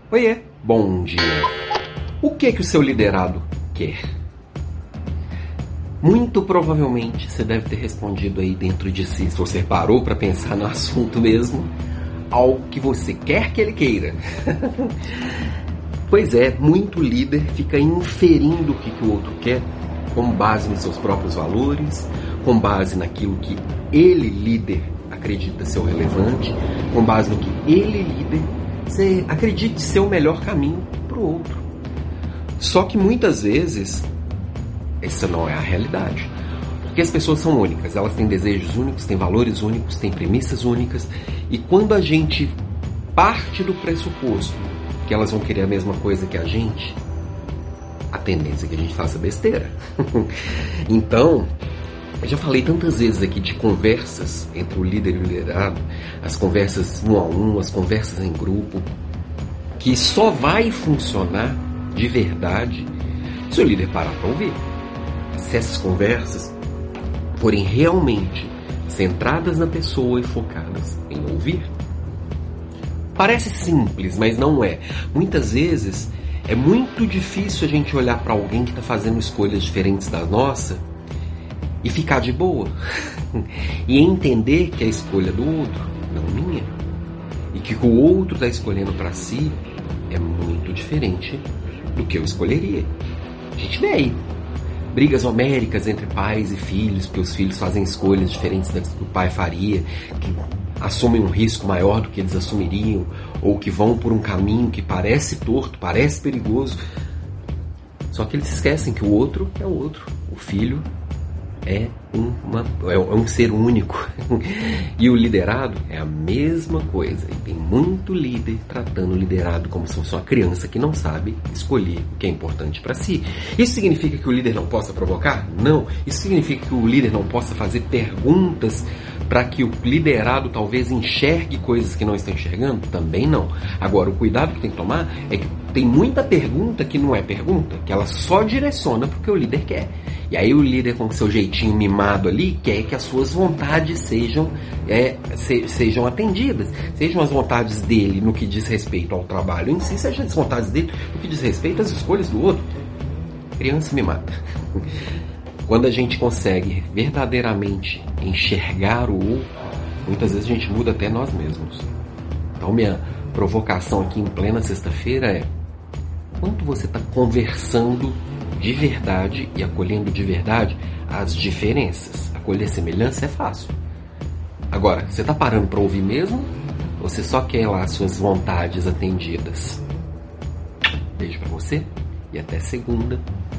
Oiê, bom dia. O que o seu liderado quer? Muito provavelmente você deve ter respondido aí dentro de si, se você parou para pensar no assunto mesmo, ao que você quer que ele queira. Pois é, muito líder fica inferindo o que o outro quer com base nos seus próprios valores, com base naquilo que ele, líder, acredita ser o relevante, com base no que ele, líder, você acredite ser o melhor caminho para o outro. Só que muitas vezes essa não é a realidade. Porque as pessoas são únicas, elas têm desejos únicos, têm valores únicos, têm premissas únicas. E quando a gente parte do pressuposto que elas vão querer a mesma coisa que a gente, a tendência é que a gente faça besteira. Então, eu já falei tantas vezes aqui de conversas entre o líder e o liderado, as conversas 1 a 1, as conversas em grupo, que só vai funcionar de verdade se o líder parar para ouvir. Se essas conversas forem realmente centradas na pessoa e focadas em ouvir. Parece simples, mas não é. Muitas vezes é muito difícil a gente olhar para alguém que está fazendo escolhas diferentes da nossa e ficar de boa. E entender que a escolha do outro, não minha. E que o outro está escolhendo para si é muito diferente do que eu escolheria. A gente vê aí brigas homéricas entre pais e filhos, porque os filhos fazem escolhas diferentes das que o pai faria, que assumem um risco maior do que eles assumiriam, ou que vão por um caminho que parece torto, parece perigoso. Só que eles esquecem que o outro é o outro. O filho é um ser único. E o liderado é a mesma coisa. E tem muito líder tratando o liderado como se fosse uma criança que não sabe escolher o que é importante para si. Isso significa que o líder não possa provocar? Não. Isso significa que o líder não possa fazer perguntas para que o liderado talvez enxergue coisas que não está enxergando? Também não. Agora, o cuidado que tem que tomar é que tem muita pergunta que não é pergunta, que ela só direciona para o que o líder quer. E aí o líder, com seu jeitinho mimado ali, quer que as suas vontades sejam atendidas. Sejam as vontades dele no que diz respeito ao trabalho em si, sejam as vontades dele no que diz respeito às escolhas do outro. Criança mimada. Quando a gente consegue verdadeiramente enxergar o outro, muitas vezes a gente muda até nós mesmos. Então minha provocação aqui em plena sexta-feira é: quanto você está conversando de verdade e acolhendo de verdade as diferenças? Acolher semelhança é fácil. Agora, você está parando para ouvir mesmo? Ou você só quer lá suas vontades atendidas? Beijo para você e até segunda.